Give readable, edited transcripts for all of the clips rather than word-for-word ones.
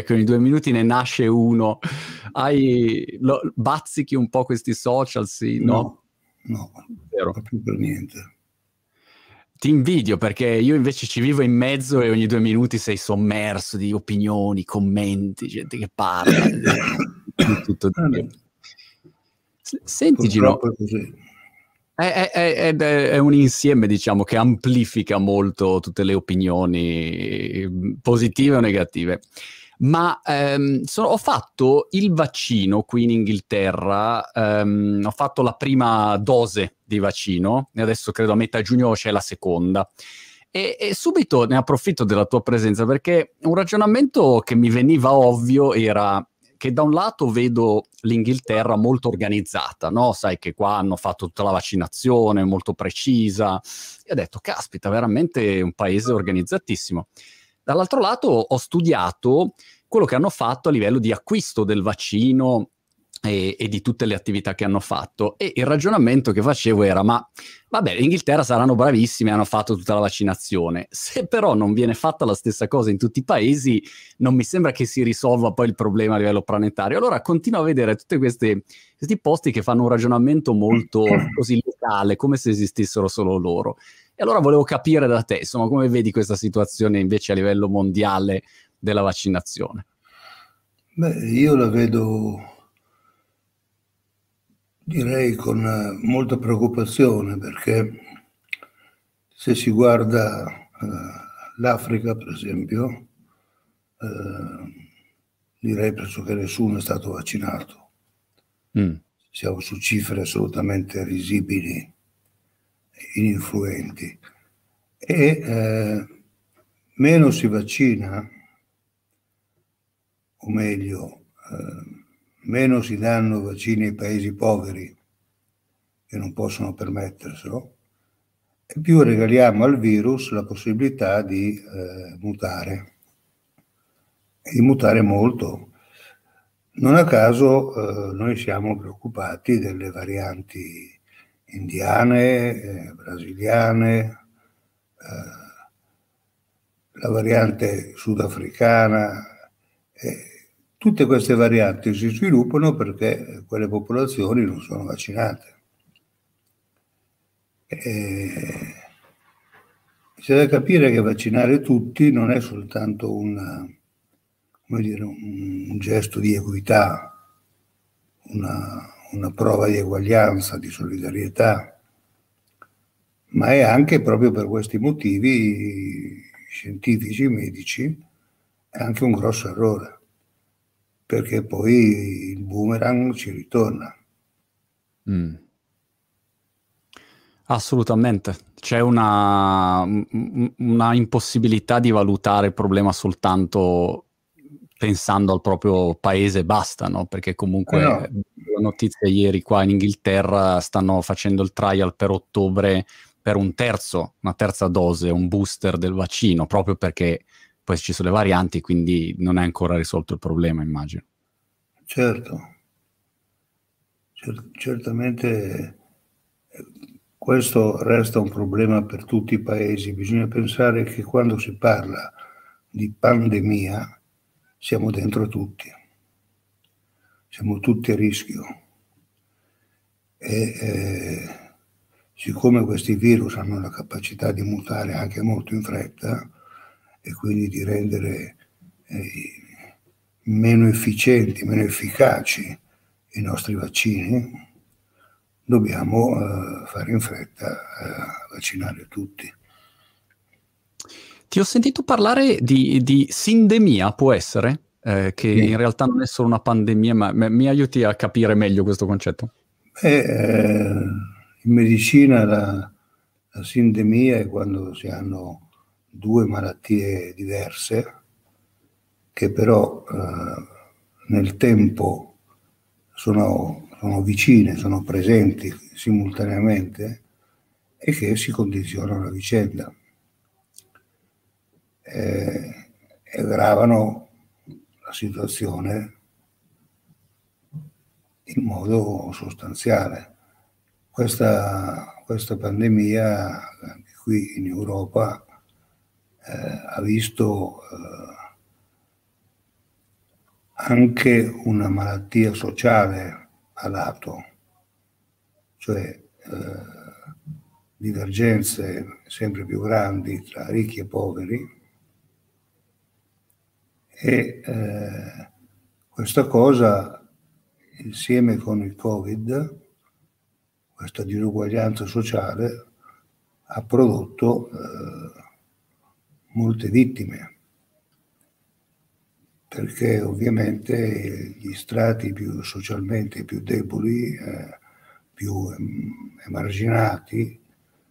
che ogni 2 minuti ne nasce uno. Bazzichi un po' questi social, sì, no? No, Vero. proprio per niente. Ti invidio, perché io invece ci vivo in mezzo e ogni 2 minuti sei sommerso di opinioni, commenti, gente che parla, di tutto di più. Senti Gino, Purtroppo è così. è un insieme, diciamo, che amplifica molto tutte le opinioni positive o negative. Ma ho fatto il vaccino qui in Inghilterra, ho fatto la prima dose di vaccino e adesso credo a metà giugno c'è la seconda. E subito ne approfitto della tua presenza, perché un ragionamento che mi veniva ovvio era che da un lato vedo l'Inghilterra molto organizzata, no? Sai che qua hanno fatto tutta la vaccinazione molto precisa, e ho detto, caspita, veramente un paese organizzatissimo. Dall'altro lato ho studiato quello che hanno fatto a livello di acquisto del vaccino e di tutte le attività che hanno fatto, e il ragionamento che facevo era, ma vabbè, l'Inghilterra saranno bravissimi, hanno fatto tutta la vaccinazione, se però non viene fatta la stessa cosa in tutti i paesi non mi sembra che si risolva poi il problema a livello planetario. Allora continuo a vedere tutti questi posti che fanno un ragionamento molto così locale, come se esistessero solo loro. E allora volevo capire da te, insomma, come vedi questa situazione invece a livello mondiale della vaccinazione? Beh, io la vedo, direi, con molta preoccupazione, perché se si guarda l'Africa, per esempio, direi pressoché nessuno è stato vaccinato. Siamo su cifre assolutamente risibili e ininfluenti. E meno si vaccina, o meglio, meno si danno vaccini ai paesi poveri che non possono permetterselo, e più regaliamo al virus la possibilità di mutare, e di mutare molto. Non a caso noi siamo preoccupati delle varianti indiane, brasiliane, la variante sudafricana. Tutte queste varianti si sviluppano perché quelle popolazioni non sono vaccinate. C'è da capire che vaccinare tutti non è soltanto un gesto di equità, una prova di eguaglianza, di solidarietà, ma è anche, proprio per questi motivi scientifici e medici, è anche un grosso errore, perché poi il boomerang ci ritorna. Assolutamente, c'è una impossibilità di valutare il problema soltanto pensando al proprio paese e basta, no? Perché comunque No, la notizia ieri qua in Inghilterra stanno facendo il trial per ottobre per una terza dose, un booster del vaccino, proprio perché poi ci sono le varianti, quindi non è ancora risolto il problema, immagino. certo, certamente questo resta un problema per tutti i paesi. Bisogna pensare che quando si parla di pandemia siamo dentro tutti, siamo tutti a rischio, e siccome questi virus hanno la capacità di mutare anche molto in fretta e quindi di rendere meno efficienti, meno efficaci i nostri vaccini, dobbiamo fare in fretta a vaccinare tutti. Ti ho sentito parlare di sindemia, può essere? Che in realtà non è solo una pandemia, ma mi aiuti a capire meglio questo concetto? In medicina la sindemia è quando si hanno due malattie diverse che però nel tempo sono vicine, sono presenti simultaneamente e che si condizionano a vicenda e aggravano la situazione in modo sostanziale. Questa pandemia, anche qui in Europa, ha visto anche una malattia sociale a lato, cioè divergenze sempre più grandi tra ricchi e poveri, e questa cosa, insieme con il Covid, questa disuguaglianza sociale, ha prodotto molte vittime, perché ovviamente gli strati più socialmente più deboli, più emarginati,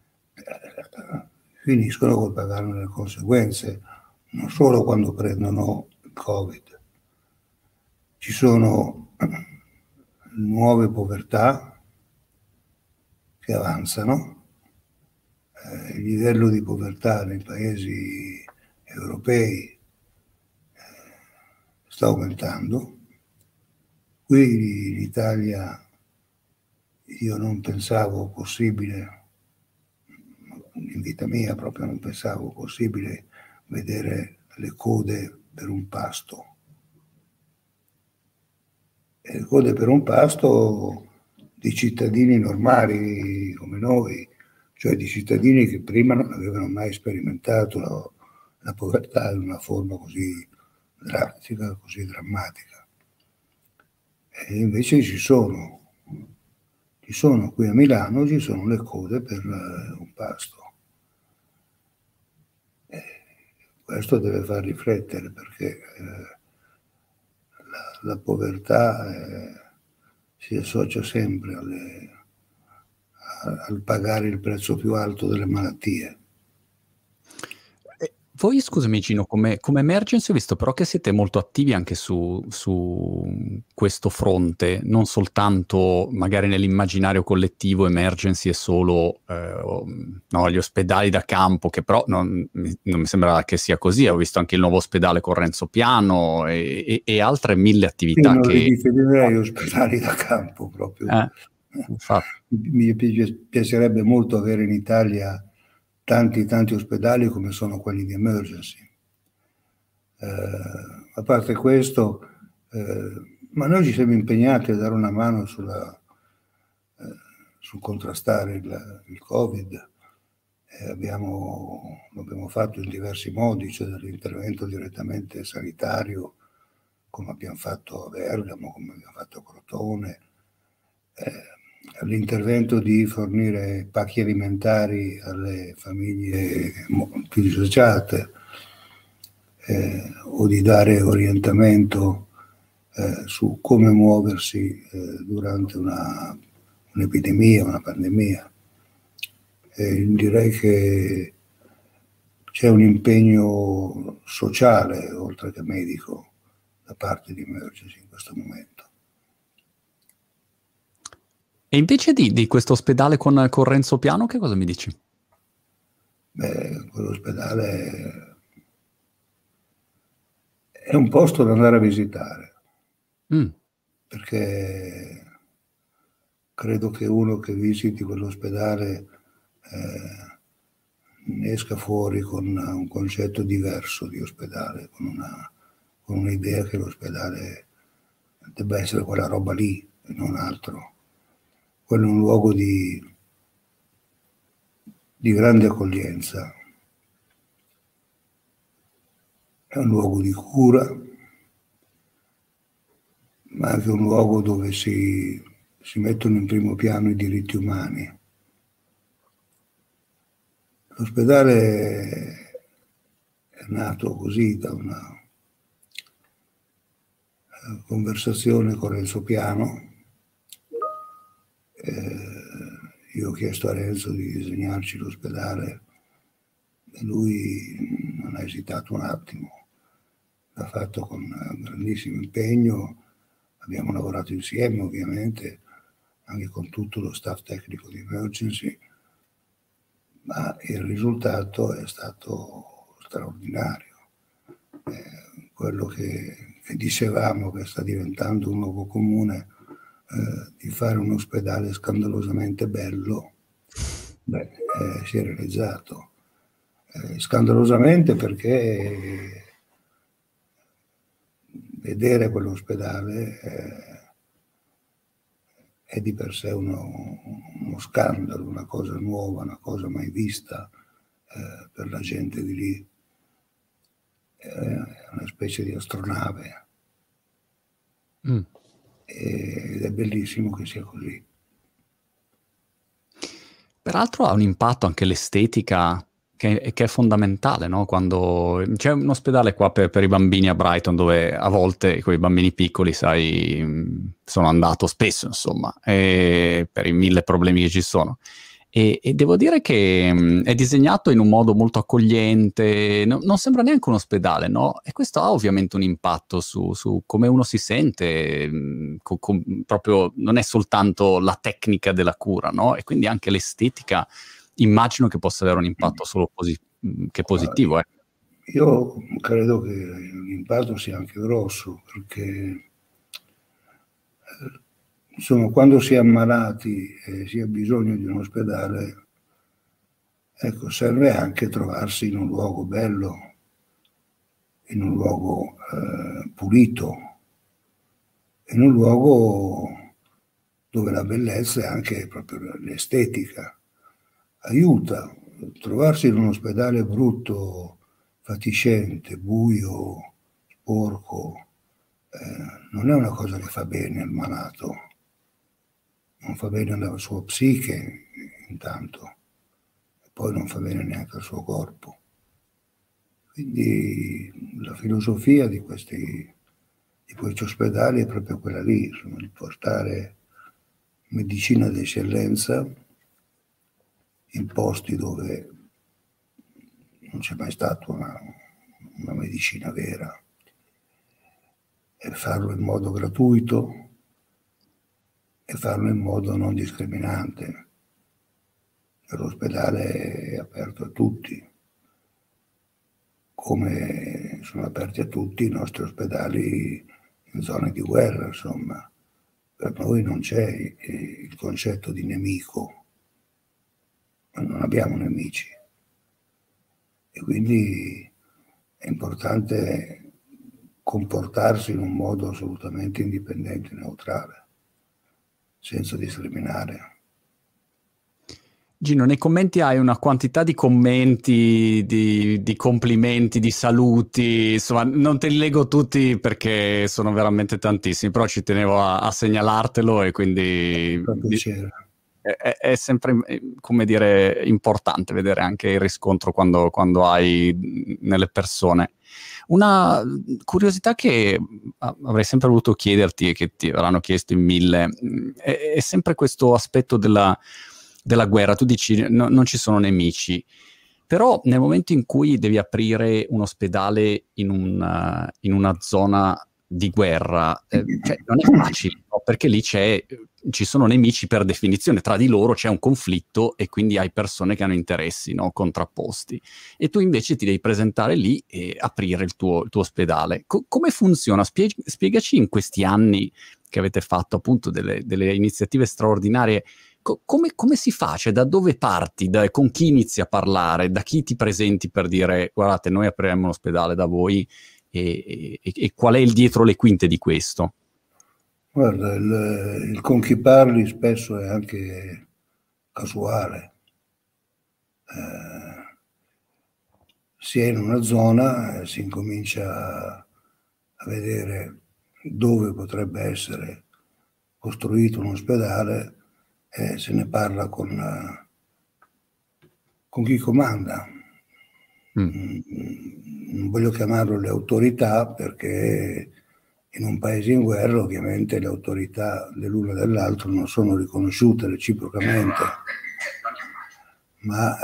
finiscono col pagarne le conseguenze, non solo quando prendono il Covid. Ci sono nuove povertà che avanzano, il livello di povertà nei paesi europei sta aumentando. Qui in Italia io non pensavo possibile, in vita mia proprio non pensavo possibile vedere le code per un pasto. E le code per un pasto di cittadini normali come noi, cioè di cittadini che prima non avevano mai sperimentato la povertà in una forma così drastica, così drammatica. E invece ci sono qui a Milano, ci sono le code per un pasto. Questo deve far riflettere, perché la povertà si associa sempre al pagare il prezzo più alto delle malattie. Voi, scusami Gino, come Emergency ho visto però che siete molto attivi anche su questo fronte, non soltanto magari nell'immaginario collettivo Emergency è solo no, gli ospedali da campo, che però non mi sembra che sia così. Ho visto anche il nuovo ospedale con Renzo Piano e altre 1000 attività. Io non li definirei ospedali da campo proprio. Mi piacerebbe molto avere in Italia tanti ospedali come sono quelli di Emergency. A parte questo, ma noi ci siamo impegnati a dare una mano sul contrastare il Covid. L'abbiamo fatto in diversi modi, cioè dall'intervento direttamente sanitario, come abbiamo fatto a Bergamo, come abbiamo fatto a Crotone, all'intervento di fornire pacchi alimentari alle famiglie più disagiate, o di dare orientamento su come muoversi durante un'epidemia, una pandemia. Direi che c'è un impegno sociale, oltre che medico, da parte di Emergency in questo momento. E invece di questo ospedale con Renzo Piano, che cosa mi dici? Quell'ospedale è un posto da andare a visitare, perché credo che uno che visiti quell'ospedale ne esca fuori con un concetto diverso di ospedale, con un'idea che l'ospedale debba essere quella roba lì e non altro. Quello è un luogo di grande accoglienza, è un luogo di cura, ma anche un luogo dove si mettono in primo piano i diritti umani. L'ospedale è nato così da una conversazione con Renzo Piano. Io ho chiesto a Renzo di disegnarci l'ospedale e lui non ha esitato un attimo, l'ha fatto con grandissimo impegno. Abbiamo lavorato insieme, ovviamente, anche con tutto lo staff tecnico di Emergency, ma il risultato è stato straordinario. Quello che dicevamo, che sta diventando un luogo comune, di fare un ospedale scandalosamente bello, si è realizzato. Scandalosamente perché vedere quell'ospedale è di per sé uno scandalo, una cosa nuova, una cosa mai vista per la gente di lì. È una specie di astronave. Ed è bellissimo che sia così. Peraltro ha un impatto anche l'estetica che è fondamentale, no? Quando c'è un ospedale qua per i bambini a Brighton, dove a volte con i bambini piccoli, sai, sono andato spesso, insomma, per i 1000 problemi che ci sono. E devo dire che è disegnato in un modo molto accogliente, non sembra neanche un ospedale, no? E questo ha ovviamente un impatto su come uno si sente, proprio non è soltanto la tecnica della cura, no? E quindi anche l'estetica immagino che possa avere un impatto solo che positivo. Io credo che l'impatto sia anche grosso, perché insomma, quando si è ammalati e si ha bisogno di un ospedale, ecco, serve anche trovarsi in un luogo bello, in un luogo pulito, in un luogo dove la bellezza è anche proprio l'estetica. Aiuta. Trovarsi in un ospedale brutto, fatiscente, buio, sporco, non è una cosa che fa bene al malato, non fa bene alla sua psiche intanto, e poi non fa bene neanche al suo corpo. Quindi la filosofia di questi ospedali è proprio quella lì, insomma, di portare medicina d'eccellenza in posti dove non c'è mai stata una medicina vera, e farlo in modo gratuito e farlo in modo non discriminante. L'ospedale è aperto a tutti, come sono aperti a tutti i nostri ospedali in zone di guerra, insomma. Per noi non c'è il concetto di nemico, non abbiamo nemici, e quindi è importante comportarsi in un modo assolutamente indipendente e neutrale, senza discriminare. Gino, nei commenti hai una quantità di commenti, di complimenti, di saluti, insomma, non te li leggo tutti perché sono veramente tantissimi, però ci tenevo a segnalartelo, e quindi Fa piacere. è sempre, come dire, importante vedere anche il riscontro quando hai nelle persone. Una curiosità che avrei sempre voluto chiederti e che ti avranno chiesto in 1000 è sempre questo aspetto della guerra. Tu dici non ci sono nemici, però nel momento in cui devi aprire un ospedale in una zona di guerra, cioè non è facile, no? Perché lì ci sono nemici per definizione, tra di loro c'è un conflitto e quindi hai persone che hanno interessi, no, contrapposti, e tu invece ti devi presentare lì e aprire il tuo ospedale. Come funziona? Spiegaci, in questi anni che avete fatto appunto delle iniziative straordinarie, come si fa? Cioè, da dove parti? Con chi inizi a parlare? Da chi ti presenti per dire guardate, noi apriremo un ospedale da voi, e qual è il dietro le quinte di questo? Guarda, il con chi parli spesso è anche casuale. Si è in una zona, si incomincia a vedere dove potrebbe essere costruito un ospedale, e se ne parla con chi comanda. Non voglio chiamarlo le autorità, perché in un paese in guerra ovviamente le autorità dell'uno e dell'altro non sono riconosciute reciprocamente, ma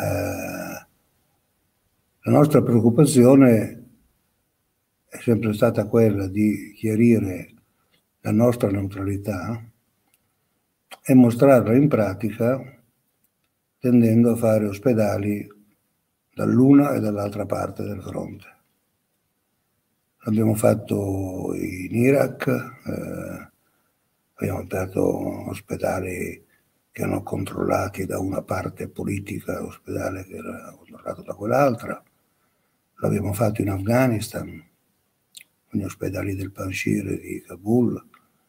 la nostra preoccupazione è sempre stata quella di chiarire la nostra neutralità e mostrarla in pratica, tendendo a fare ospedali dall'una e dall'altra parte del fronte. L'abbiamo fatto in Iraq, abbiamo aperto ospedali che erano controllati da una parte politica, ospedale che era controllato da quell'altra. L'abbiamo fatto in Afghanistan, gli ospedali del Panjshir di Kabul.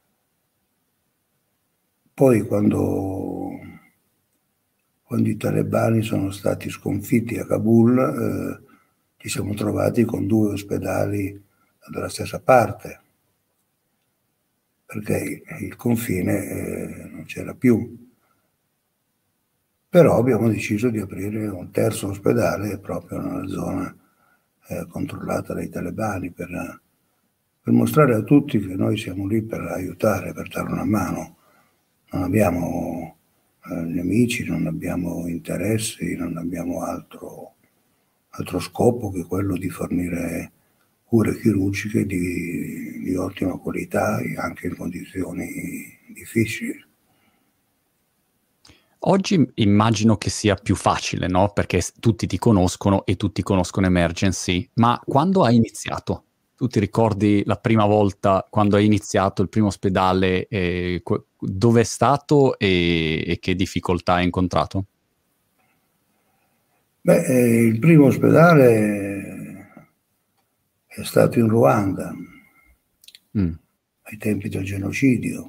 Poi quando i talebani sono stati sconfitti a Kabul, ci siamo trovati con 2 ospedali dalla stessa parte, perché il confine non c'era più. Però abbiamo deciso di aprire un terzo ospedale proprio nella zona controllata dai talebani per mostrare a tutti che noi siamo lì per aiutare, per dare una mano. Non abbiamo nemici, non abbiamo interessi, non abbiamo altro scopo che quello di fornire cure chirurgiche di ottima qualità anche in condizioni difficili. Oggi immagino che sia più facile, no? Perché tutti ti conoscono e tutti conoscono Emergency, ma quando hai iniziato? Tu ti ricordi la prima volta quando hai iniziato il primo ospedale, dove è stato e che difficoltà hai incontrato? Il primo ospedale è stato in Ruanda, ai tempi del genocidio.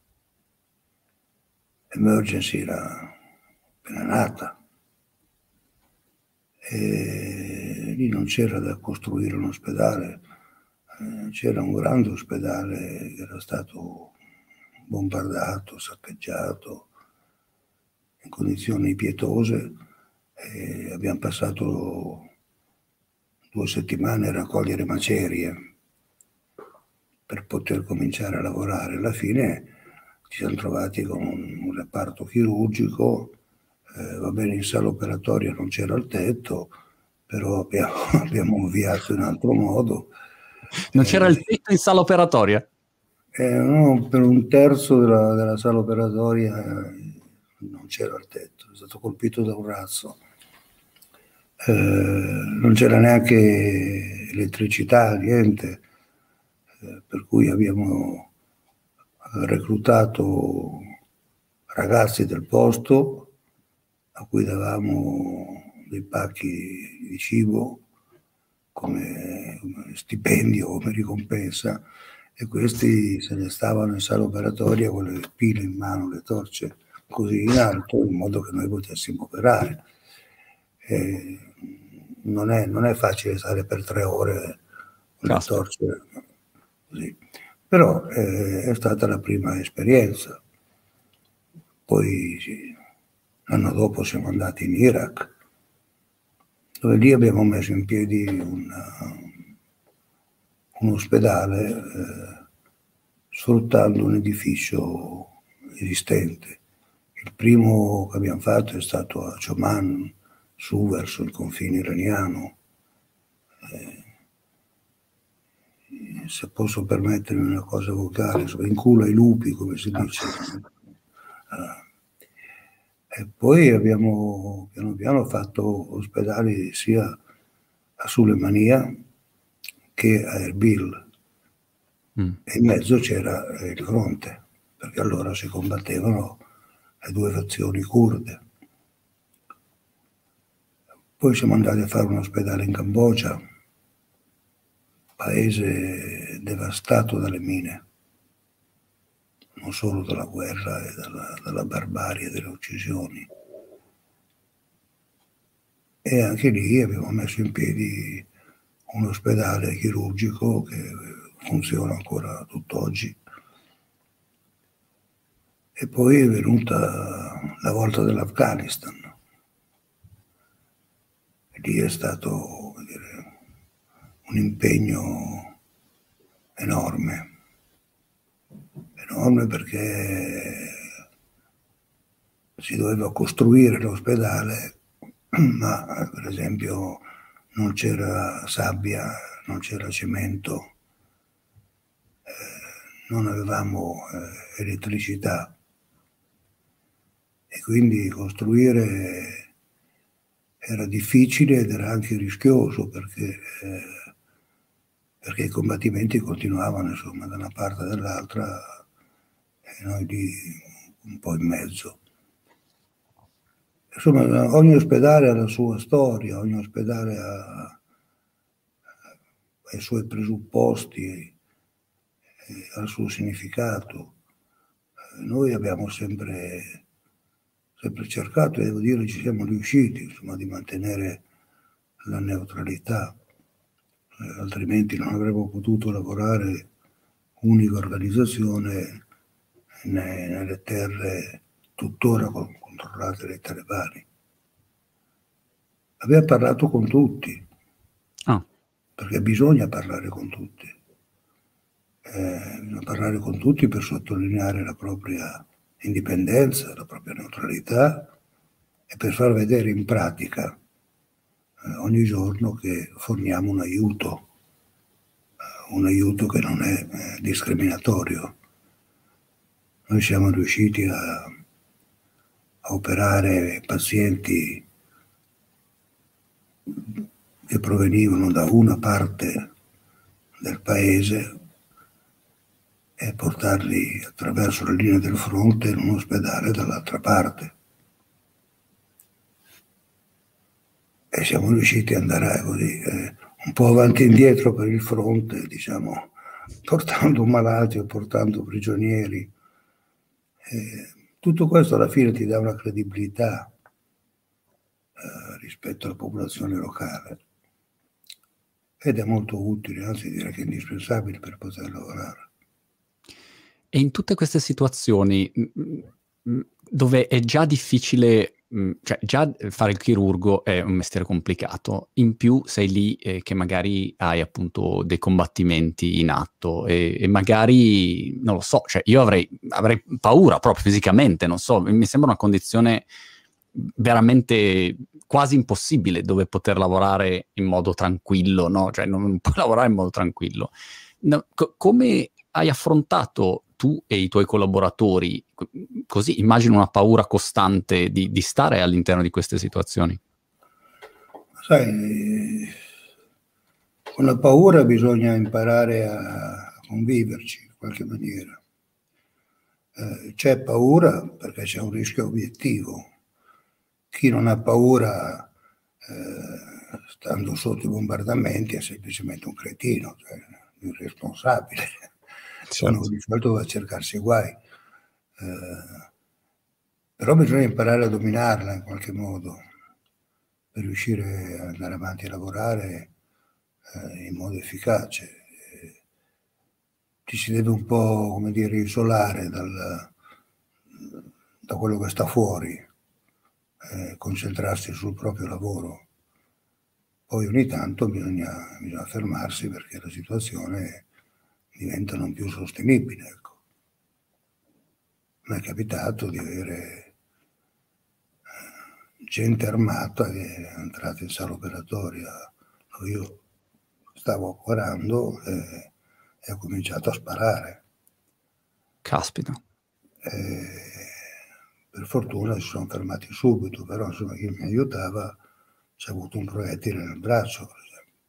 Emergency era appena nata. E lì non c'era da costruire un ospedale, c'era un grande ospedale che era stato bombardato, saccheggiato, in condizioni pietose, e abbiamo passato 2 settimane a raccogliere macerie per poter cominciare a lavorare. Alla fine ci siamo trovati con un reparto chirurgico, va bene, in sala operatoria non c'era il tetto, però abbiamo inviato in altro modo. Non c'era il tetto in sala operatoria? No, per un terzo della sala operatoria non c'era il tetto, è stato colpito da un razzo. Non c'era neanche elettricità, niente, per cui abbiamo reclutato ragazzi del posto a cui davamo dei pacchi di cibo come stipendio, come ricompensa, e questi se ne stavano in sala operatoria con le pile in mano, le torce così in alto, in modo che noi potessimo operare. Non è facile stare per 3 ore con le torce così. Però è stata la prima esperienza. Poi l'anno dopo siamo andati in Iraq, dove lì abbiamo messo in piedi un ospedale sfruttando un edificio esistente. Il primo che abbiamo fatto è stato a Choman, su verso il confine iraniano. Se posso permettermi una cosa vocale, in culo ai lupi, come si dice. E poi abbiamo piano piano fatto ospedali sia a Sulemania che a Erbil, e in mezzo c'era il fronte, perché allora si combattevano le 2 fazioni curde. Poi siamo andati a fare un ospedale in Cambogia, paese devastato dalle mine, non solo dalla guerra e dalla barbarie delle uccisioni. E anche lì abbiamo messo in piedi un ospedale chirurgico che funziona ancora tutt'oggi. E poi è venuta la volta dell'Afghanistan. E lì è stato un impegno enorme perché si doveva costruire l'ospedale, ma per esempio non c'era sabbia, non c'era cemento, non avevamo elettricità, e quindi costruire era difficile ed era anche rischioso perché i combattimenti continuavano, insomma, da una parte e dall'altra, e noi lì un po' in mezzo. Insomma, ogni ospedale ha la sua storia, ogni ospedale ha ai suoi presupposti, al suo significato. Noi abbiamo sempre cercato, e devo dire ci siamo riusciti, insomma, di mantenere la neutralità, altrimenti non avremmo potuto lavorare unica organizzazione nelle terre tuttora controllate dai talebani. Abbiamo parlato con tutti, perché bisogna parlare con tutti. Bisogna parlare con tutti per sottolineare la propria indipendenza, la propria neutralità e per far vedere in pratica ogni giorno che forniamo un aiuto che non è discriminatorio. Noi siamo riusciti a operare pazienti che provenivano da una parte del paese e portarli attraverso la linea del fronte in un ospedale dall'altra parte. E siamo riusciti ad andare così, un po' avanti e indietro per il fronte, diciamo, portando malati o portando prigionieri. Tutto questo alla fine ti dà una credibilità rispetto alla popolazione locale ed è molto utile, anzi direi che è indispensabile per poter lavorare. E in tutte queste situazioni dove è già difficile, cioè già fare il chirurgo è un mestiere complicato, in più sei lì che magari hai appunto dei combattimenti in atto e magari, non lo so, cioè io avrei paura proprio fisicamente, non so, mi sembra una condizione veramente quasi impossibile dove poter lavorare in modo tranquillo, no? Cioè non puoi lavorare in modo tranquillo. No, come hai affrontato tu e i tuoi collaboratori, così immagino una paura costante di stare all'interno di queste situazioni? Sai, con la paura bisogna imparare a conviverci in qualche maniera. C'è paura perché c'è un rischio obiettivo. Chi non ha paura stando sotto i bombardamenti è semplicemente un cretino, cioè un irresponsabile. Certo. Di solito va a cercarsi guai. Però bisogna imparare a dominarla in qualche modo per riuscire ad andare avanti a lavorare in modo efficace. Ci si deve un po', come dire, isolare da quello che sta fuori, concentrarsi sul proprio lavoro. Poi ogni tanto bisogna fermarsi perché la situazione diventa non più sostenibile. Ecco. Mi è capitato di avere gente armata che è entrata in sala operatoria. Io stavo operando e ho cominciato a sparare. Caspita. Per fortuna si sono fermati subito, però insomma chi mi aiutava ci ha avuto un proiettile nel braccio, per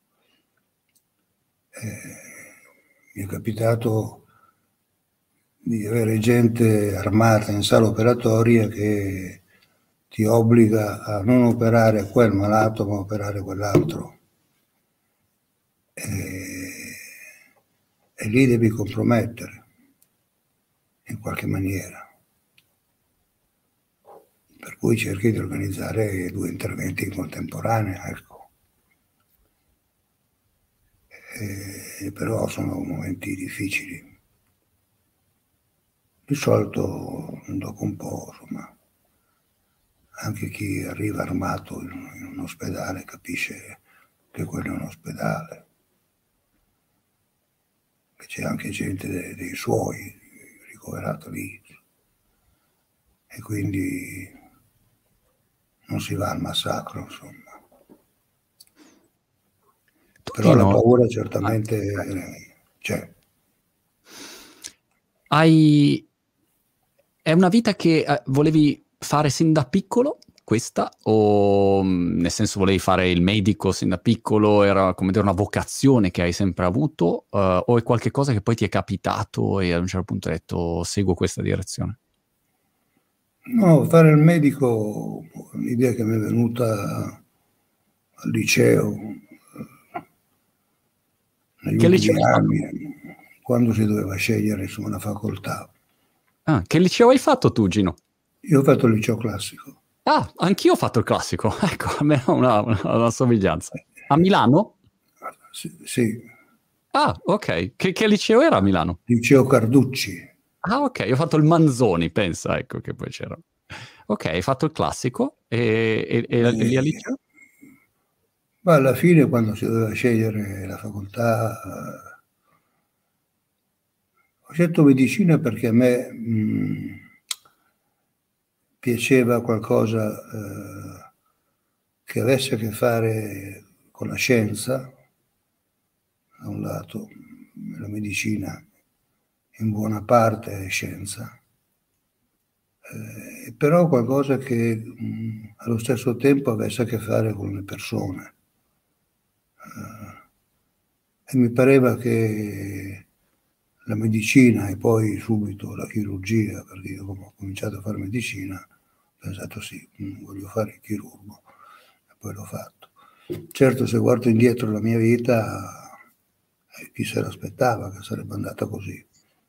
esempio. Mi è capitato di avere gente armata in sala operatoria che ti obbliga a non operare quel malato ma operare quell'altro. E lì devi compromettere in qualche maniera. Per cui cerchi di organizzare 2 interventi in contemporanea, ecco. Però sono momenti difficili. Di solito, dopo un po', insomma, anche chi arriva armato in un ospedale capisce che quello è un ospedale, che c'è anche gente dei suoi ricoverata lì. E quindi non si va al massacro, insomma. Però la paura certamente c'è. È una vita che volevi fare sin da piccolo, questa? O nel senso volevi fare il medico sin da piccolo? Era come dire una vocazione che hai sempre avuto? O è qualche cosa che poi ti è capitato e ad un certo punto hai detto seguo questa direzione? No, fare il medico, l'idea che mi è venuta al liceo, negli Che liceo ultimi hai fatto? anni, quando si doveva scegliere insomma, una facoltà. Ah, che liceo hai fatto tu, Gino? Io ho fatto il liceo classico. Ah, anch'io ho fatto il classico. Ecco, almeno una somiglianza. A Milano? Sì, sì, Ah, ok. Che liceo era a Milano? liceo Carducci. Ah, ok, io ho fatto il Manzoni, pensa, ecco che poi c'era. Ok, hai fatto il classico e lì al E- liceo? ma alla fine, quando si doveva scegliere la facoltà, ho scelto medicina perché a me piaceva qualcosa che avesse a che fare con la scienza, da un lato, la medicina in buona parte è scienza, però qualcosa che allo stesso tempo avesse a che fare con le persone. E mi pareva che la medicina e poi subito la chirurgia, perché io come ho cominciato a fare medicina, ho pensato sì, voglio fare il chirurgo e poi l'ho fatto. Certo, se guardo indietro la mia vita, chi se l'aspettava che sarebbe andata così?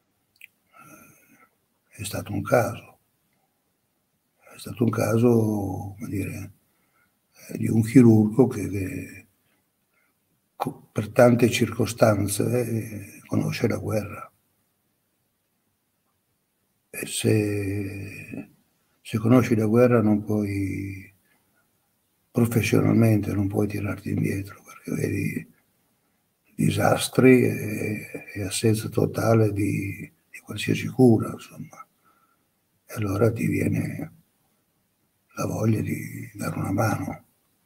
È stato un caso, è stato un caso, come dire, di un chirurgo che per tante circostanze conosce la guerra. E se conosci la guerra non puoi, professionalmente non puoi tirarti indietro, perché vedi disastri e assenza totale di qualsiasi cura, insomma. E allora ti viene la voglia di dare una mano.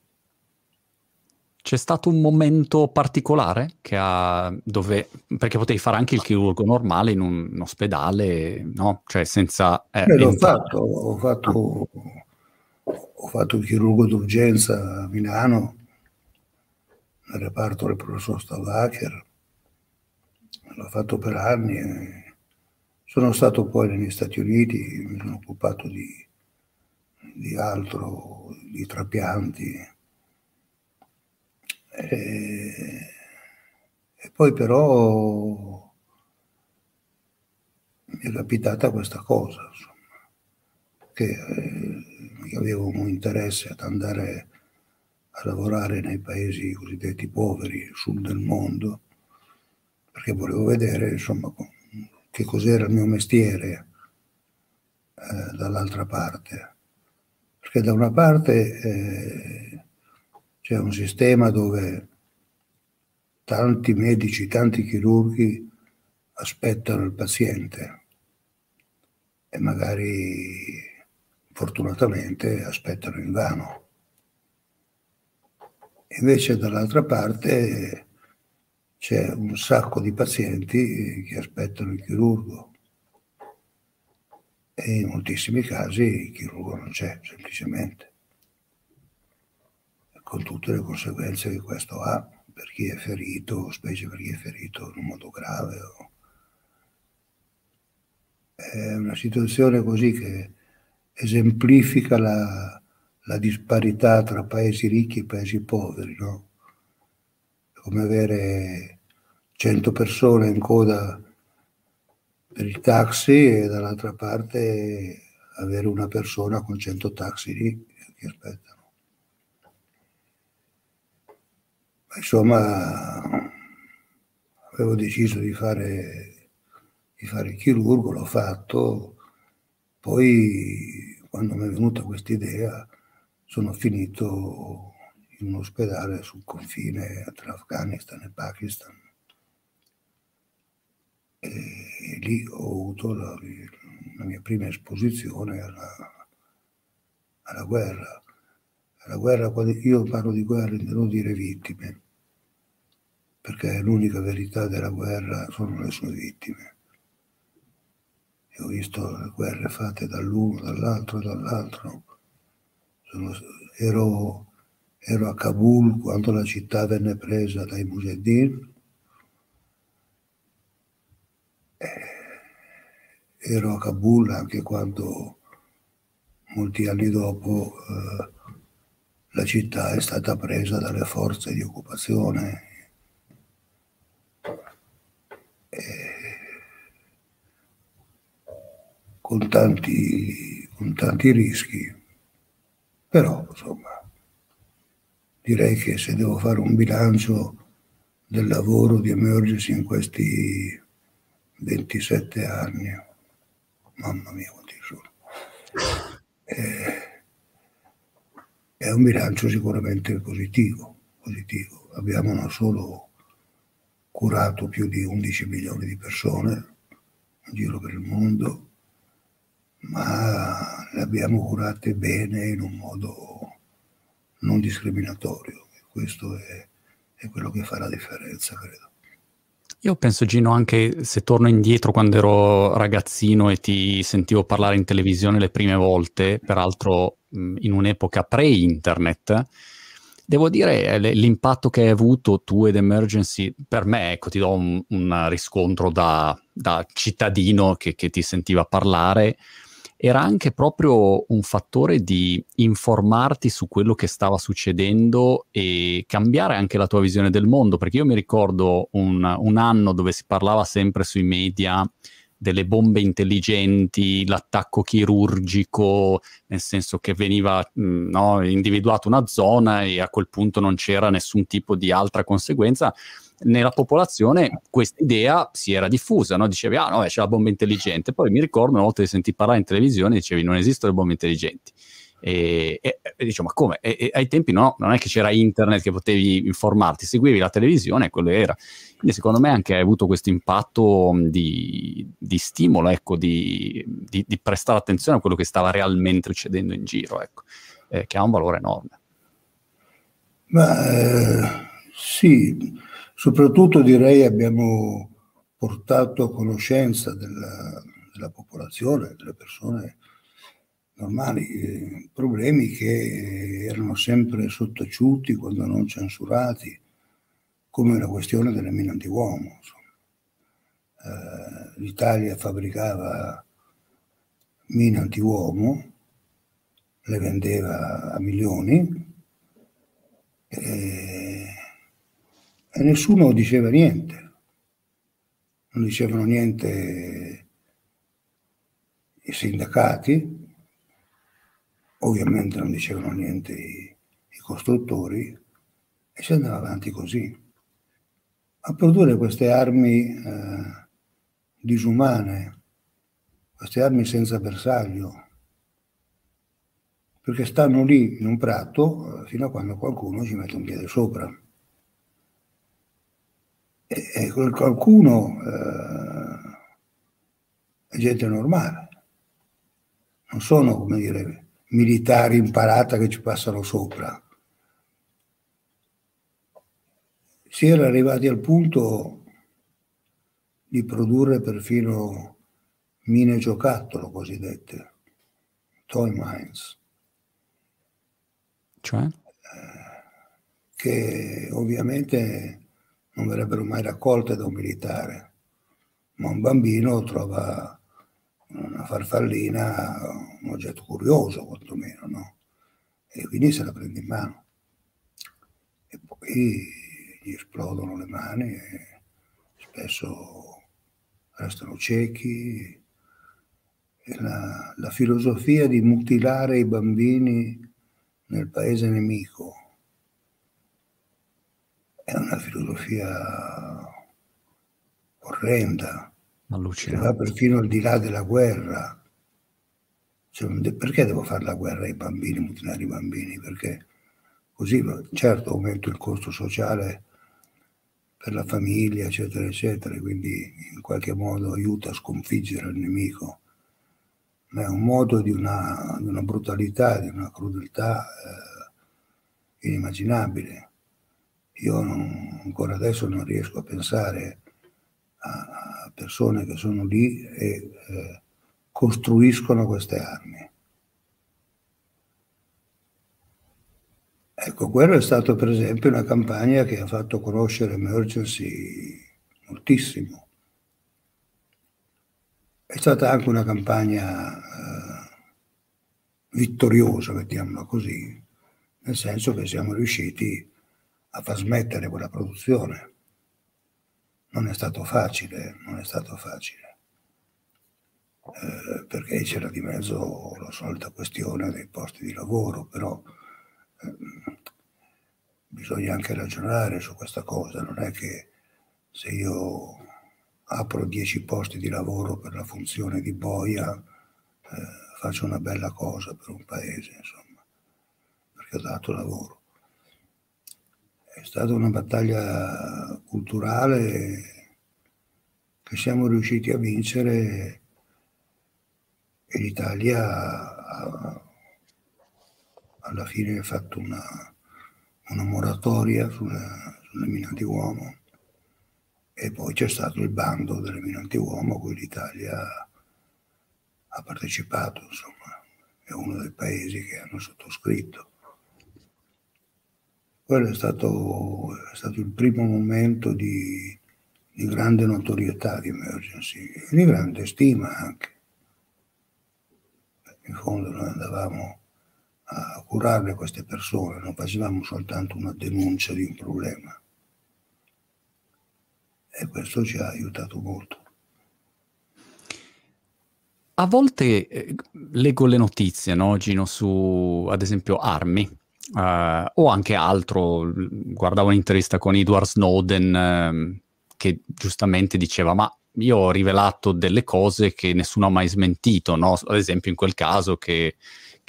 C'è stato un momento particolare dove, perché potevi fare anche il chirurgo normale in un ospedale, no? Cioè senza Beh, l'ho entrare. fatto, Ah, ho fatto il chirurgo d'urgenza a Milano, nel reparto del professor Stavacher, l'ho fatto per anni. Sono stato poi negli Stati Uniti, mi sono occupato di altro, di trapianti. E, e poi però mi è capitata questa cosa, insomma, che io avevo un interesse ad andare a lavorare nei paesi cosiddetti poveri, sul del mondo, perché volevo vedere, insomma, che cos'era il mio mestiere dall'altra parte. Perché da una parte c'è un sistema dove tanti medici, tanti chirurghi aspettano il paziente e magari fortunatamente aspettano invano. Invece dall'altra parte c'è un sacco di pazienti che aspettano il chirurgo e in moltissimi casi il chirurgo non c'è, semplicemente, con tutte le conseguenze che questo ha per chi è ferito, specie per chi è ferito in un modo grave. È una situazione così che esemplifica la disparità tra paesi ricchi e paesi poveri, no? È come avere 100 persone in coda per il taxi e dall'altra parte avere una persona con 100 taxi lì che aspettano. Ma insomma, avevo deciso di fare il chirurgo, l'ho fatto, poi quando mi è venuta questa idea sono finito in un ospedale sul confine tra Afghanistan e Pakistan e lì ho avuto la mia prima esposizione alla guerra. La guerra, quando io parlo di guerra, intendo dire vittime, perché l'unica verità della guerra sono le sue vittime. Io ho visto le guerre fatte dall'uno, dall'altro, dall'altro. Sono- ero, ero a Kabul quando la città venne presa dai Mujahideen, ero a Kabul anche quando molti anni dopo la città è stata presa dalle forze di occupazione con tanti rischi, però insomma direi che se devo fare un bilancio del lavoro di Emergency in questi 27 anni, mamma mia quanti sono, è un bilancio sicuramente positivo. Abbiamo non solo curato più di 11 milioni di persone in giro per il mondo, ma le abbiamo curate bene in un modo non discriminatorio. Questo è quello che fa la differenza, credo. Io penso, Gino, anche se torno indietro quando ero ragazzino e ti sentivo parlare in televisione le prime volte, peraltro in un'epoca pre-internet, devo dire l'impatto che hai avuto tu ed Emergency, per me, ecco, ti do un riscontro da cittadino che ti sentiva parlare, era anche proprio un fattore di informarti su quello che stava succedendo e cambiare anche la tua visione del mondo, perché io mi ricordo un anno dove si parlava sempre sui media delle bombe intelligenti, l'attacco chirurgico, nel senso che veniva individuata una zona e a quel punto non c'era nessun tipo di altra conseguenza. Nella popolazione questa idea si era diffusa, no? Dicevi, no, c'è la bomba intelligente. Poi mi ricordo una volta di sentire parlare in televisione, dicevi, non esistono le bombe intelligenti. E dicevo, ma come? E ai tempi no, non è che c'era internet che potevi informarti, seguivi la televisione e quello era. Quindi secondo me anche hai avuto questo impatto di stimolo, ecco, di prestare attenzione a quello che stava realmente succedendo in giro, ecco, che ha un valore enorme. Ma sì, soprattutto direi abbiamo portato a conoscenza della popolazione, delle persone normali, problemi che erano sempre sottaciuti, quando non censurati, come la questione delle mine antiuomo. L'Italia fabbricava mine antiuomo, le vendeva a milioni e nessuno diceva niente. Non dicevano niente i sindacati, ovviamente non dicevano niente i costruttori, e si andava avanti così. A produrre queste armi disumane, queste armi senza bersaglio, perché stanno lì in un prato fino a quando qualcuno ci mette un piede sopra. E quel qualcuno è gente normale, non sono, come dire, militari imparata che ci passano sopra. Si era arrivati al punto di produrre perfino mine giocattolo cosiddette, toy mines, cioè? Che ovviamente non verrebbero mai raccolte da un militare, ma un bambino trova una farfallina, un oggetto curioso quantomeno, no? E quindi se la prende in mano. E poi gli esplodono le mani e spesso restano ciechi. E la filosofia di mutilare i bambini nel paese nemico è una filosofia orrenda, che va perfino al di là della guerra. Cioè, perché devo fare la guerra ai bambini, mutilare i bambini? Perché così, certo, aumento il costo sociale per la famiglia, eccetera, eccetera, quindi in qualche modo aiuta a sconfiggere il nemico, ma è un modo di una brutalità, di una crudeltà inimmaginabile. Io ancora adesso non riesco a pensare a persone che sono lì e costruiscono queste armi. Ecco, quello è stato per esempio una campagna che ha fatto conoscere Emergency moltissimo. È stata anche una campagna vittoriosa, mettiamola così, nel senso che siamo riusciti a far smettere quella produzione. Non è stato facile, non è stato facile. perché c'era di mezzo la solita questione dei posti di lavoro, però bisogna anche ragionare su questa cosa, non è che se io apro 10 posti di lavoro per la funzione di boia, faccio una bella cosa per un paese, insomma, perché ho dato lavoro. È stata una battaglia culturale che siamo riusciti a vincere e l'Italia alla fine ha fatto una moratoria sulle mine antiuomo e poi c'è stato il bando delle mine antiuomo a cui l'Italia ha partecipato, insomma, è uno dei paesi che hanno sottoscritto. Quello è stato il primo momento di grande notorietà di Emergency e di grande stima anche. In fondo noi andavamo a curare queste persone, non facevamo soltanto una denuncia di un problema. E questo ci ha aiutato molto. A volte leggo le notizie, no, Gino, su ad esempio armi o anche altro. Guardavo un'intervista con Edward Snowden che giustamente diceva: ma io ho rivelato delle cose che nessuno ha mai smentito, no? Ad esempio in quel caso che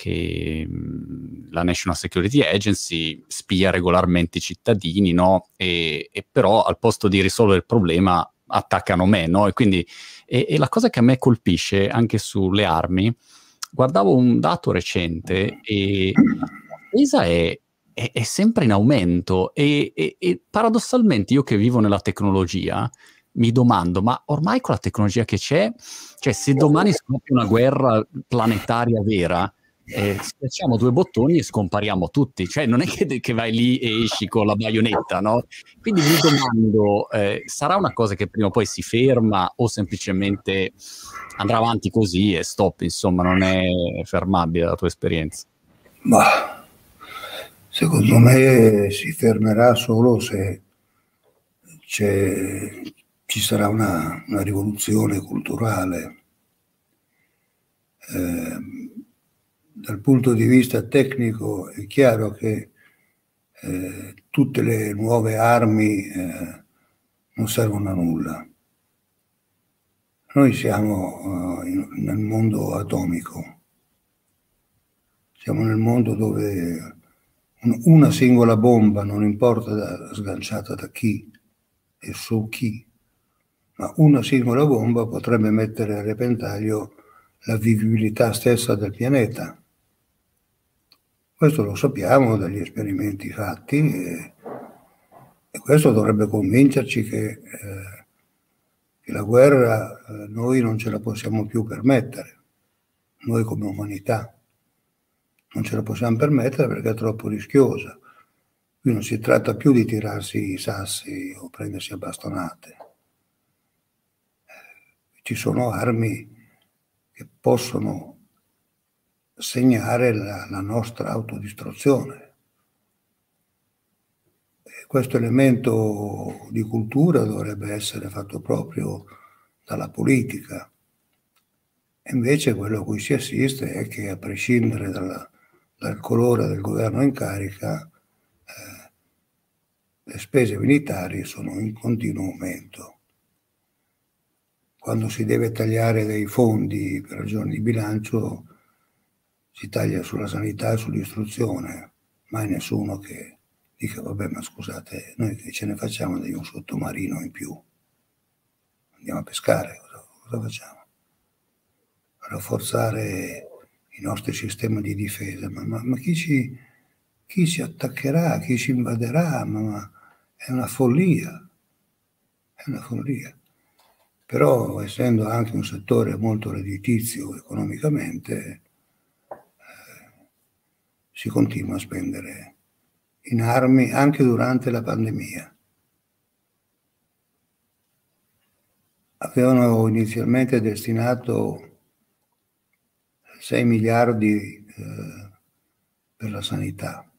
la National Security Agency spia regolarmente i cittadini, no? E però al posto di risolvere il problema attaccano me, no? E quindi e la cosa che a me colpisce anche sulle armi, guardavo un dato recente e la spesa è sempre in aumento e paradossalmente io che vivo nella tecnologia mi domando, ma ormai con la tecnologia che c'è, cioè se domani scoppia una guerra planetaria vera, schiacciamo due bottoni e scompariamo tutti, cioè non è che vai lì e esci con la baionetta, no? Quindi mi domando, sarà una cosa che prima o poi si ferma o semplicemente andrà avanti così e stop, insomma, non è fermabile la tua esperienza? Ma secondo me si fermerà solo se ci sarà una rivoluzione culturale. Dal punto di vista tecnico è chiaro che tutte le nuove armi non servono a nulla. Noi siamo nel mondo atomico, siamo nel mondo dove una singola bomba, non importa sganciata da chi e su chi, ma una singola bomba potrebbe mettere a repentaglio la vivibilità stessa del pianeta. Questo lo sappiamo dagli esperimenti fatti e questo dovrebbe convincerci che la guerra noi non ce la possiamo più permettere, noi come umanità. Non ce la possiamo permettere perché è troppo rischiosa. Qui non si tratta più di tirarsi i sassi o prendersi a bastonate. Ci sono armi che possono segnare la nostra autodistruzione. E questo elemento di cultura dovrebbe essere fatto proprio dalla politica. E invece quello a cui si assiste è che, a prescindere dal colore del governo in carica, le spese militari sono in continuo aumento. Quando si deve tagliare dei fondi per ragioni di bilancio, si taglia sulla sanità e sull'istruzione, mai nessuno che dica: vabbè, ma scusate, noi che ce ne facciamo di un sottomarino in più? Andiamo a pescare, cosa facciamo? Rafforzare i nostri sistemi di difesa, ma chi ci attaccherà, chi ci invaderà? Ma è una follia, è una follia. Però, essendo anche un settore molto redditizio economicamente, si continua a spendere in armi anche durante la pandemia. Avevano inizialmente destinato 6 miliardi per la sanità.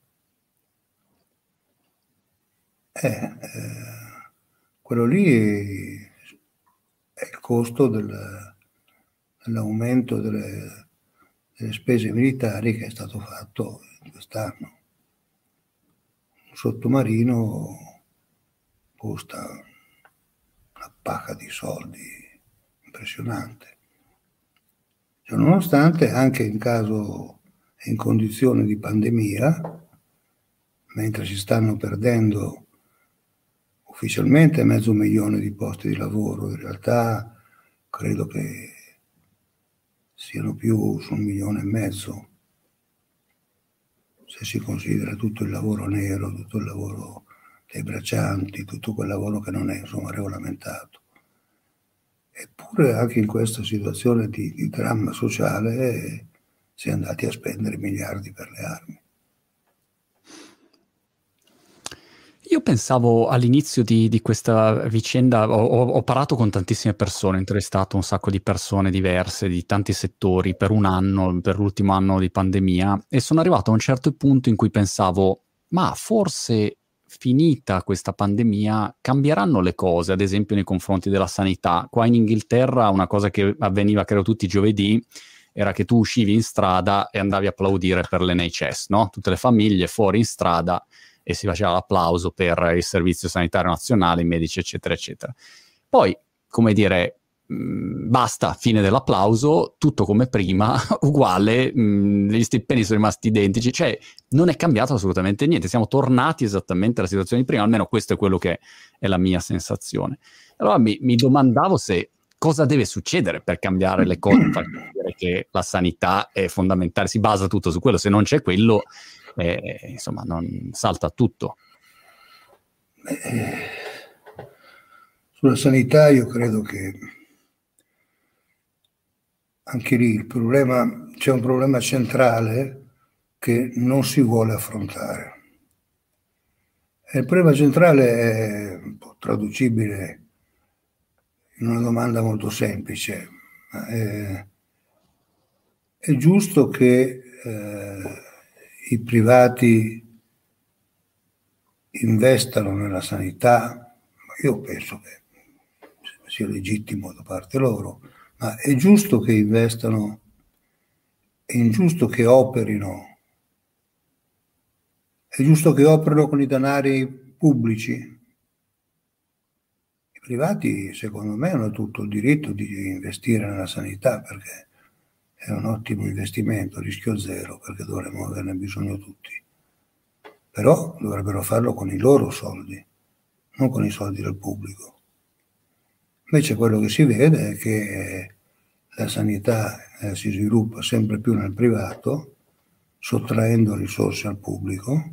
Quello lì è il costo nell'aumento delle spese militari che è stato fatto quest'anno. Un sottomarino costa una pacca di soldi impressionante. Cioè, nonostante, anche in condizioni di pandemia, mentre si stanno perdendo ufficialmente 500.000 di posti di lavoro, in realtà credo che siano più su 1,5 milioni, se si considera tutto il lavoro nero, tutto il lavoro dei braccianti, tutto quel lavoro che non è insomma regolamentato. Eppure anche in questa situazione di dramma sociale si è andati a spendere miliardi per le armi. Io pensavo all'inizio di questa vicenda, ho parlato con tantissime persone, ho intervistato un sacco di persone diverse, di tanti settori, per un anno, per l'ultimo anno di pandemia, e sono arrivato a un certo punto in cui pensavo, ma forse finita questa pandemia cambieranno le cose, ad esempio nei confronti della sanità. Qua in Inghilterra una cosa che avveniva, credo, tutti i giovedì, era che tu uscivi in strada e andavi a applaudire per l'NHS, no? Tutte le famiglie fuori in strada e si faceva l'applauso per il Servizio Sanitario Nazionale, i medici, eccetera, eccetera. Poi, come dire, basta, fine dell'applauso, tutto come prima, uguale, gli stipendi sono rimasti identici, cioè non è cambiato assolutamente niente, siamo tornati esattamente alla situazione di prima, almeno questo è quello che è la mia sensazione. Allora mi domandavo se cosa deve succedere per cambiare le cose, per dire che la sanità è fondamentale, si basa tutto su quello, se non c'è quello, insomma, non salta tutto. Sulla sanità io credo che anche lì c'è un problema centrale che non si vuole affrontare. E il problema centrale è un po' traducibile in una domanda molto semplice. È giusto che i privati investano nella sanità, ma io penso che sia legittimo da parte loro, ma è giusto che investano, è ingiusto che operino, è giusto che operino con i denari pubblici. I privati, secondo me, hanno tutto il diritto di investire nella sanità perché è un ottimo investimento, rischio zero, perché dovremmo averne bisogno tutti. Però dovrebbero farlo con i loro soldi, non con i soldi del pubblico. Invece quello che si vede è che la sanità si sviluppa sempre più nel privato, sottraendo risorse al pubblico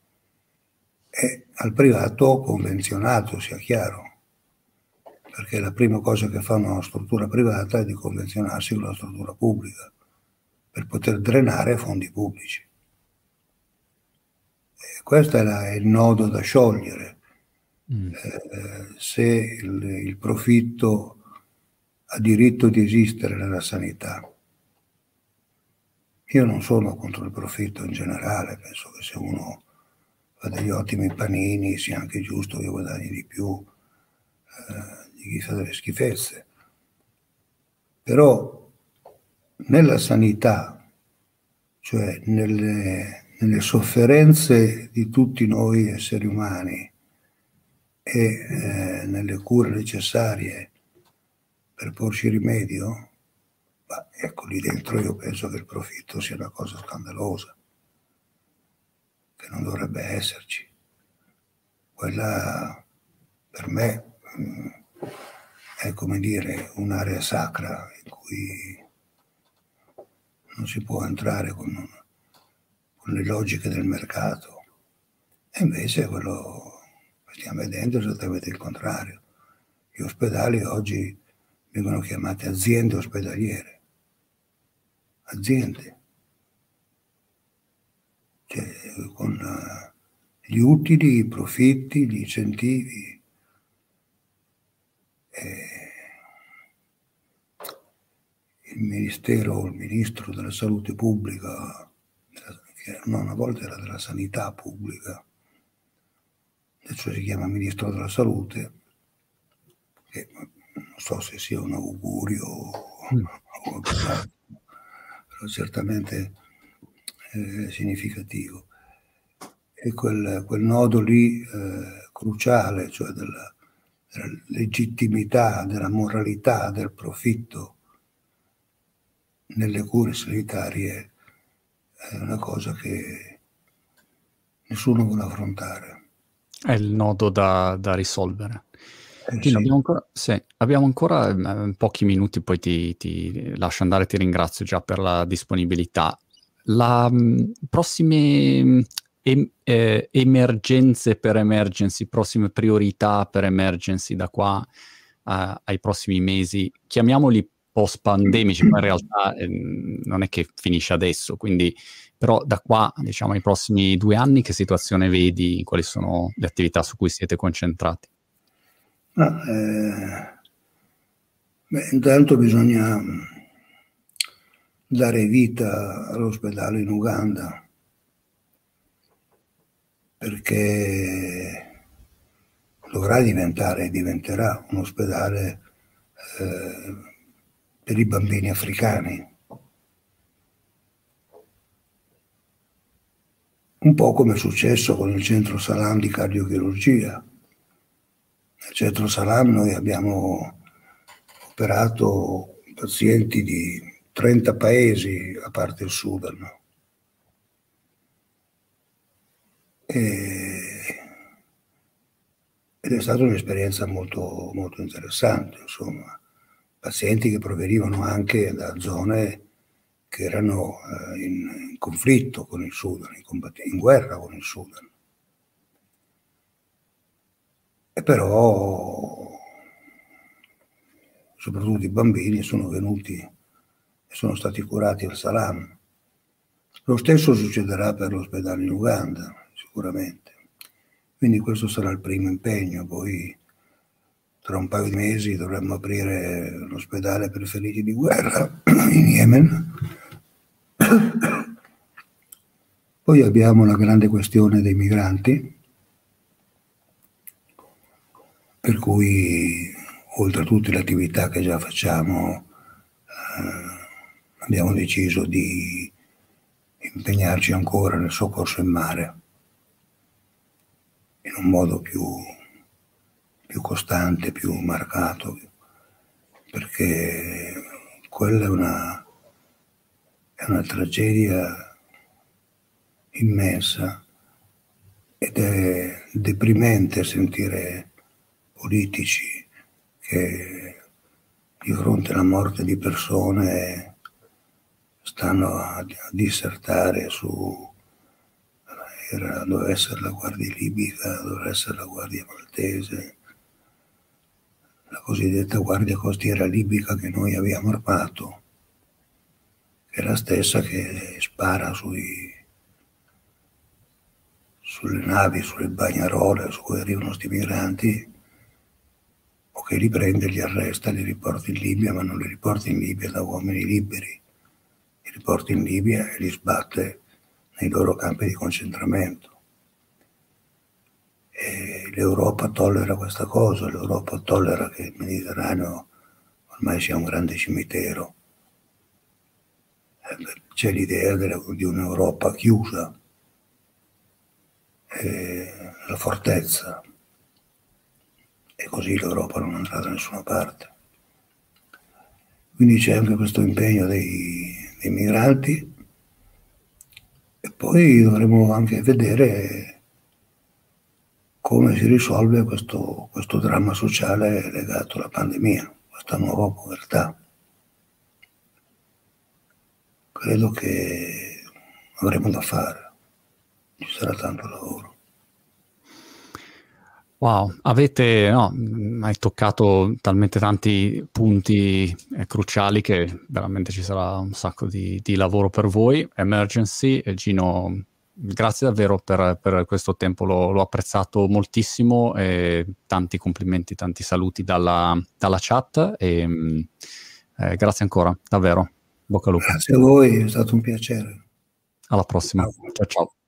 e al privato convenzionato, sia chiaro, perché la prima cosa che fa una struttura privata è di convenzionarsi con la struttura pubblica per poter drenare fondi pubblici. E questo è il nodo da sciogliere. Se il profitto ha diritto di esistere nella sanità. Io non sono contro il profitto in generale, penso che se uno fa degli ottimi panini sia anche giusto che guadagni di più di chi fa delle schifezze. Però nella sanità, cioè nelle sofferenze di tutti noi esseri umani e nelle cure necessarie per porci rimedio, ecco, lì dentro io penso che il profitto sia una cosa scandalosa, che non dovrebbe esserci. Quella per me è come dire un'area sacra in cui non si può entrare con le logiche del mercato. E invece quello che stiamo vedendo è esattamente il contrario. Gli ospedali oggi vengono chiamate aziende ospedaliere. Aziende. Cioè, con gli utili, i profitti, gli incentivi. Il ministro della salute pubblica, che una volta era della sanità pubblica, adesso si chiama ministro della salute, che non so se sia un augurio o come per l'altro, però certamente significativo. E quel nodo lì cruciale, cioè della legittimità, della moralità, del profitto nelle cure sanitarie, è una cosa che nessuno vuole affrontare. È il nodo da risolvere. Gino, Sì. abbiamo ancora pochi minuti, poi ti lascio andare, ti ringrazio già per la disponibilità. Prossime emergenze per emergency, prossime priorità per emergency da qua ai prossimi mesi, chiamiamoli post-pandemici, ma in realtà non è che finisce adesso, quindi però da qua, diciamo, ai prossimi 2 anni, che situazione vedi? Quali sono le attività su cui siete concentrati? Intanto bisogna dare vita all'ospedale in Uganda, perché diventerà un ospedale per i bambini africani. Un po' come è successo con il centro Salam di cardiochirurgia. Nel centro Salam noi abbiamo operato pazienti di 30 paesi, a parte il Sudan. Ed è stata un'esperienza molto, molto interessante, insomma. Pazienti che provenivano anche da zone che erano in conflitto con il Sudan, in guerra con il Sudan. E però, soprattutto i bambini, sono venuti e sono stati curati al Salam. Lo stesso succederà per l'ospedale in Uganda, sicuramente. Quindi questo sarà il primo impegno. Poi tra un paio di mesi dovremmo aprire l'ospedale per feriti di guerra in Yemen. Poi abbiamo la grande questione dei migranti, per cui oltre a tutte le attività che già facciamo, abbiamo deciso di impegnarci ancora nel soccorso in mare in un modo più costante, più marcato, perché quella è una tragedia immensa ed è deprimente sentire politici che di fronte alla morte di persone stanno a dissertare su doveva essere la guardia libica, doveva essere la guardia maltese, la cosiddetta guardia costiera libica che noi abbiamo armato, che è la stessa che spara sulle navi, sulle bagnarole su cui arrivano questi migranti, o che li prende, li arresta, li riporta in Libia, ma non li riporta in Libia da uomini liberi, li riporta in Libia e li sbatte nei loro campi di concentramento. E l'Europa tollera questa cosa, l'Europa tollera che il Mediterraneo ormai sia un grande cimitero. C'è l'idea di un'Europa chiusa, la fortezza, e così l'Europa non andrà da nessuna parte. Quindi c'è anche questo impegno dei migranti, e poi dovremo anche vedere come si risolve questo dramma sociale legato alla pandemia, questa nuova povertà. Credo che avremo da fare, ci sarà tanto lavoro. Wow, hai toccato talmente tanti punti cruciali che veramente ci sarà un sacco di lavoro per voi. Emergency, Gino, grazie davvero per questo tempo, l'ho apprezzato moltissimo, e tanti complimenti, tanti saluti dalla chat, e grazie ancora, davvero, bocca al lupo. Grazie a voi, è stato un piacere. Alla prossima, ciao ciao.